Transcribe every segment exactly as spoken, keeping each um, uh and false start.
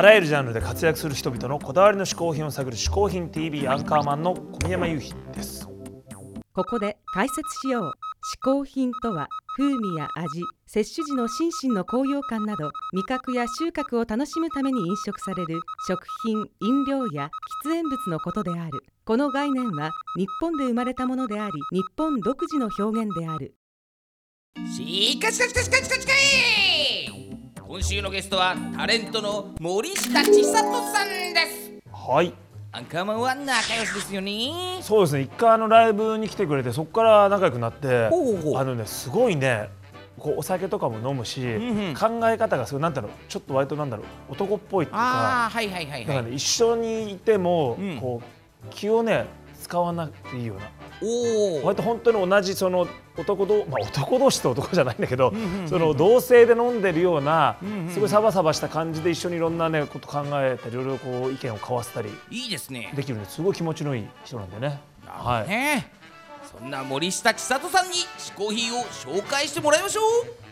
らゆるジャンルで活躍する人々のこだわりの嗜好品を探る嗜好品 ティービー アンカーマンの小宮山雄飛です。 ここで解説しよう。嗜好品とは風味や味、摂取時の心身の高揚感など味覚や収穫を楽しむために飲食される食品、飲料や喫煙物のことである。この概念は日本で生まれたものであり、日本独自の表現である。 しかしかしかしかしかしかい今週のゲストはタレントの森下千里さんです。 はい、 アンカーマンは仲良しですよね。 そうですね、一回あのライブに来てくれて、そこから仲良くなって、 ほうほうほう、 あのね、すごいね、こうお酒とかも飲むし、 うんうん、 考え方がすごい、なんだろう、ちょっと割となんだろう、男っぽいっていうか、 あ、はいはいはいはい、 だからね、一緒にいても、 うん、 こう気をね使わなくていいような、 お割と本当に同じその男ど、まあ、男同士と男じゃないんだけど、 うんうんうん、 その同性で飲んでるような、 うんうんうん、 すごいサバサバした感じで一緒にいろんなねこと考えたり、いろいろこう意見を交わせたりいいですね、 できるんで、すごい気持ちのいい人なんでね。 はいね、そんな森下千里さんに嗜好品を紹介してもらいましょう。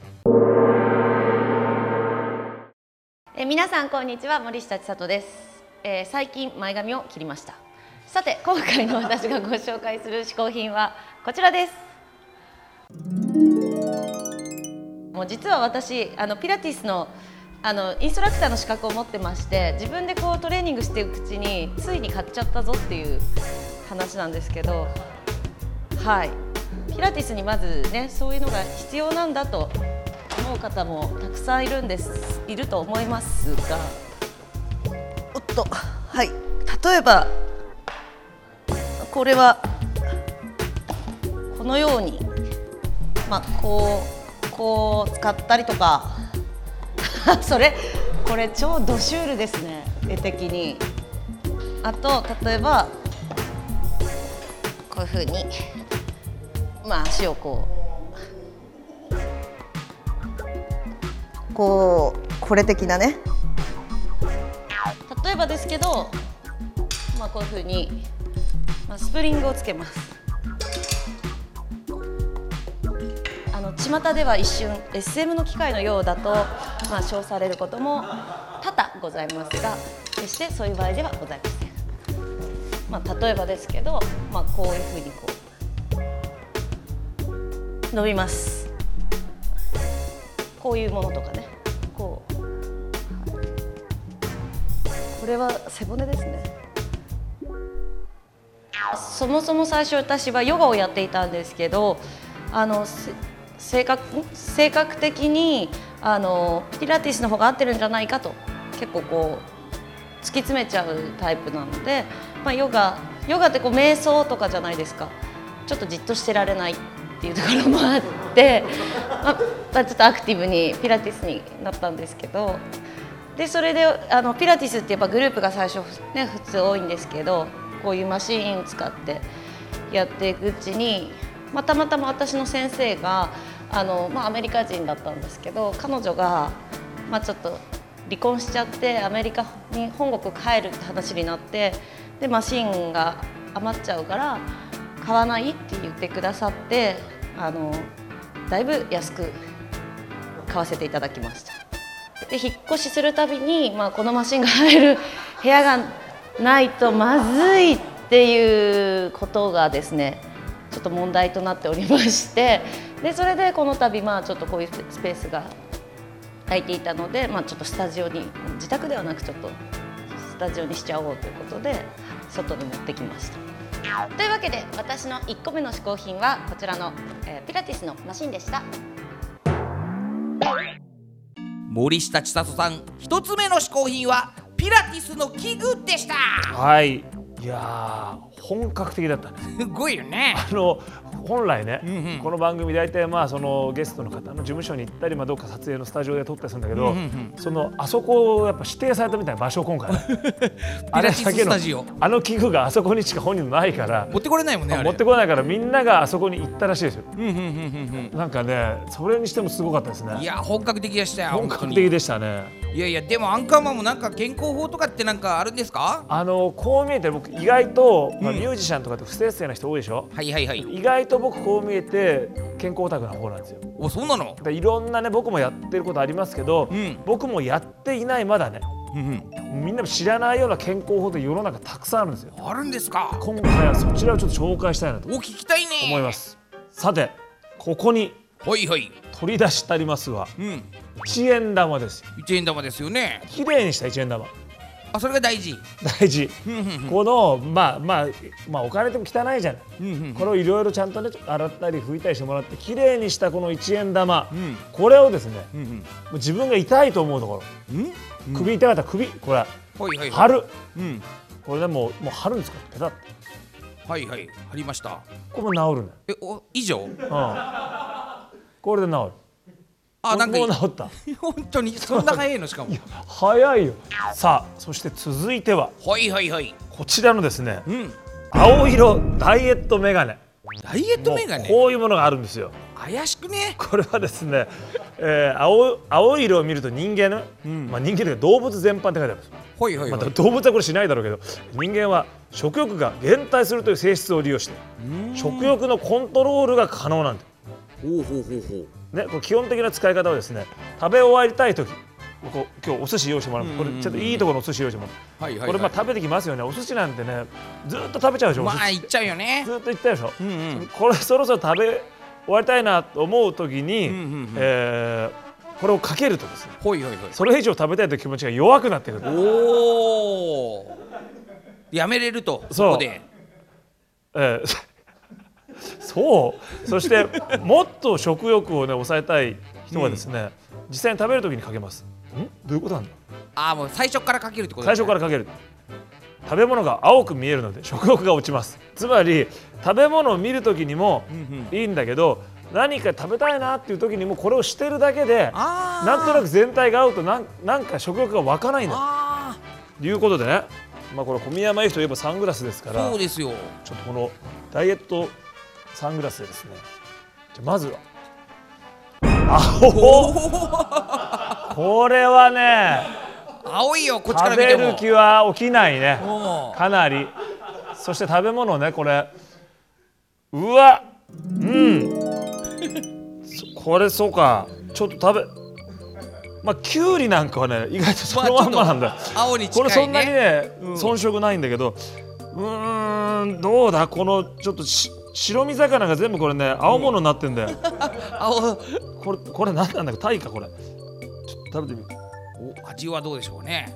え皆さんこんにちは、森下千里です。えー、最近前髪を切りました。さて今回の私がご紹介する嗜好品はこちらです。もう実は私あのピラティスのあのインストラクターの資格を持ってまして、自分でこうトレーニングしていくうちについに買っちゃったぞっていう話なんですけど、はい、ピラティスにまずねそういうのが必要なんだと思う方もたくさんいるんですいると思いますが、おっと、はい、例えばこれはこのように、まあ、こうこう使ったりとかそれこれ超ドシュールですね、絵的に。あと例えばこういうふうに、まあ、足をこうこうこれ的なね、例えばですけど、まあ、こういうふうに、まあ、スプリングをつけます。あの巷では一瞬 エスエム の機械のようだと、まあ、称されることも多々ございますが、決してそういう場合ではございません。まあ、例えばですけど、まあ、こういうふうにこう伸びます。こういうものとかね、こう、はい、これは背骨ですね。そもそも最初私はヨガをやっていたんですけど、あの性格性格的にあのピラティスの方が合ってるんじゃないかと結構こう突き詰めちゃうタイプなので、まあ、ヨガヨガってこう瞑想とかじゃないですか。ちょっとじっとしてられないっていうところもあって、まあまあ、ちょっとアクティブにピラティスになったんですけど、でそれであのピラティスってやっぱグループが最初、ね、普通多いんですけど、こういうマシーン使ってやっていくうちに、まあ、たまたま私の先生があの、まあ、アメリカ人だったんですけど、彼女が、まあ、ちょっと離婚しちゃってアメリカに本国帰るって話になって、でマシーンが余っちゃうから買わないって言ってくださって、あのだいぶ安く買わせていただきました。で引っ越しするたびに、まあ、このマシンが入る部屋がないとまずいっていうことがですね、ちょっと問題となっておりまして、でそれでこの度、まあちょっとこういうスペースが空いていたので、まあ、ちょっとスタジオに、自宅ではなくちょっとスタジオにしちゃおうということで外に持ってきました。というわけで私のいっこめの嗜好品はこちらの、えー、ピラティスのマシンでした。 森下千里さん、一つ目の嗜好品はピラティスの器具でした。 はい、いやー本格的だったね。 すごいよね。 あの本来ね、 うんうん、 この番組大体まあそのゲストの方の事務所に行ったり、まあどっか撮影のスタジオで撮ったりするんだけど、うんうんうん、そのあそこをやっぱ指定されたみたいな場所を今回ピラティススタジオ、 あの器具があそこにしか本人のないから持ってこれないもんね。あれ持ってこないからみんながあそこに行ったらしいですよ。 うんうんうんうんうん、 なんかね、それにしてもすごかったですね。 いや本格的でしたよ。 本格的でしたね。 いやいや、でもアンカーマンもなんか健康法とかってなんかあるんですか？ あのこう見えて僕意外と、まあ、ミュージシャンとかって不摂生な人多いでしょ、 うん、はいはいはい。 意外と僕こう見えて健康オタクな方なんですよ。 お、そうなの？ でいろんなね僕もやってることありますけど、うん、僕もやっていないまだねうんうん、 みんなも知らないような健康法って世の中たくさんあるんですよ。 あるんですか。 今回はそちらをちょっと紹介したいなとお聞きたいね思います。さてここにはいはい取り出してありますは、 うん、 いちえん玉ですよ。 いちえん玉ですよね。 きれいにしたいちえん玉あ、それが大事。 大事このまあまあまあお金でも汚いじゃない、 うんうんうん、 これをいろいろちゃんとね洗ったり拭いたりしてもらってきれいにしたこのいちえん玉、 うん、 これをですね、 うんうん、 自分が痛いと思うところ、 うんうん、 首痛かったら首これ、 はいはいはい、 貼る、 うん、 これでもうもう貼るんですかペタッとはいはい貼りました。 これも治るね。 えお以上、うん、 これで治る。 あ、なんかもう治った本当にそんな早いのしかも。いや早いよ。さあそして続いてははいはいはいこちらのですね、 うん、 青色ダイエットメガネ。 ダイエットメガネ、 こういうものがあるんですよ。 怪しくね。 これはですね、えー、青, 青い色を見ると人間の、うん、まあ、人間というか動物全般って書いてあるんですよ。 はいはいはい、 まあ、動物はこれしないだろうけど人間は食欲が減退するという性質を利用して食欲のコントロールが可能なんだ。 ほうほうほうほうね、これ基本的な使い方はですね、食べ終わりたいとき、こう今日お寿司用意してもらう、これちょっといいところのお寿司用意してもらう、はいはいはい、これまあ食べてきますよね。お寿司なんてねずっと食べちゃうでしょ。 まあいっちゃうよね。 ずっといっちゃうでしょ、うんうん、これそろそろ食べ終わりたいなと思うときに、うんうんうん、えー、これをかけるとですね、 ほいほいほい、 それ以上食べたいという気持ちが弱くなってくる。 おー、やめれると。そこで、 えーそうそしてもっと食欲をね抑えたい人はですね、うん、実際に食べるときにかけます。んどういうことなんだ。 ああ、もう最初からかけるってことですね。最初からかける。食べ物が青く見えるので食欲が落ちます。つまり食べ物を見るときにもいいんだけど、うんうん、何か食べたいなっていうときにもこれをしてるだけでなんとなく全体が合うとなんなんか食欲が湧かないんだということでね、まあ、これ小宮山由紀といえばサングラスですから、 そうですよ。 ちょっとこのダイエットサングラスでですね、じゃまずは青これはね青いよ。こっちから見ても食べる気は起きないね、かなり。そして食べ物ね、これうわうんこれそうか、ちょっと食べまあきゅうりなんかはね意外とそのまんまなんだよ、 まあ、青に近いね。 これそんなにね、うん、遜色ないんだけど、うーんどうだこのちょっとし白身魚が全部これね青物になってんだよ、うん、青これこれ何なんだかタイかこれ。ちょっと食べてみる。 お味はどうでしょうね。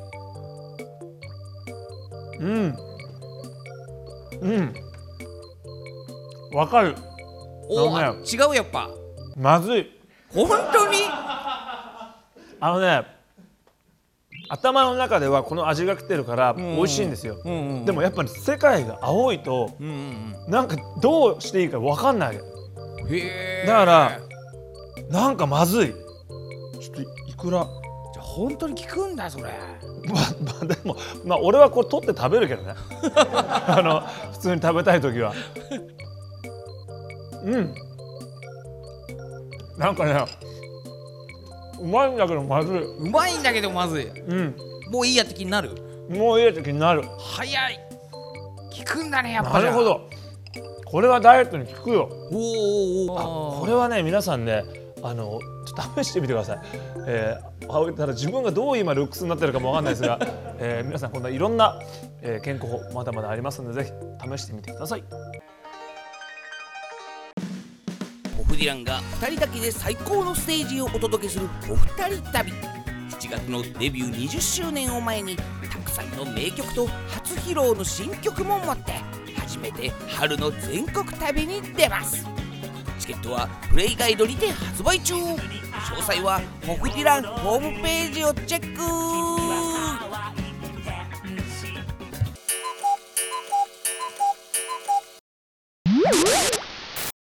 うんうんわかる。 お、ね、違うやっぱまずい。 本当にあのね頭の中ではこの味が来てるから美味しいんですよ、うんうんうん、でもやっぱり世界が青いと、うんうんうん、なんかどうしていいか分かんない。へー、だからなんかまずい。ちょっといくらじゃ本当に効くんだそれ。 まあ、まあ、でもまあ俺はこれ取って食べるけどねあの普通に食べたい時はうんなんかねうまいんだけどまずい。 うまいんだけどまずい。うん。もういいやって気になる。 もういいやって気になる。 早い。効くんだねやっぱり。 なるほど。これはダイエットに効くよ。 おーおーおー。あ、これはね皆さんねあのちょっと試してみてください。えー、ただ自分がどう今ルックスになってるかもわかんないですが、えー、皆さんこんないろんな、えー、健康法まだまだありますのでぜひ試してみてください。 ホフディランがふたりだけで最高のステージをお届けするお二人旅。しちがつのデビューにじゅっしゅうねんを前にたくさんの名曲と初披露の新曲も持って初めて春の全国旅に出ます。チケットはプレイガイドにて発売中。詳細はホフディランホームページをチェック。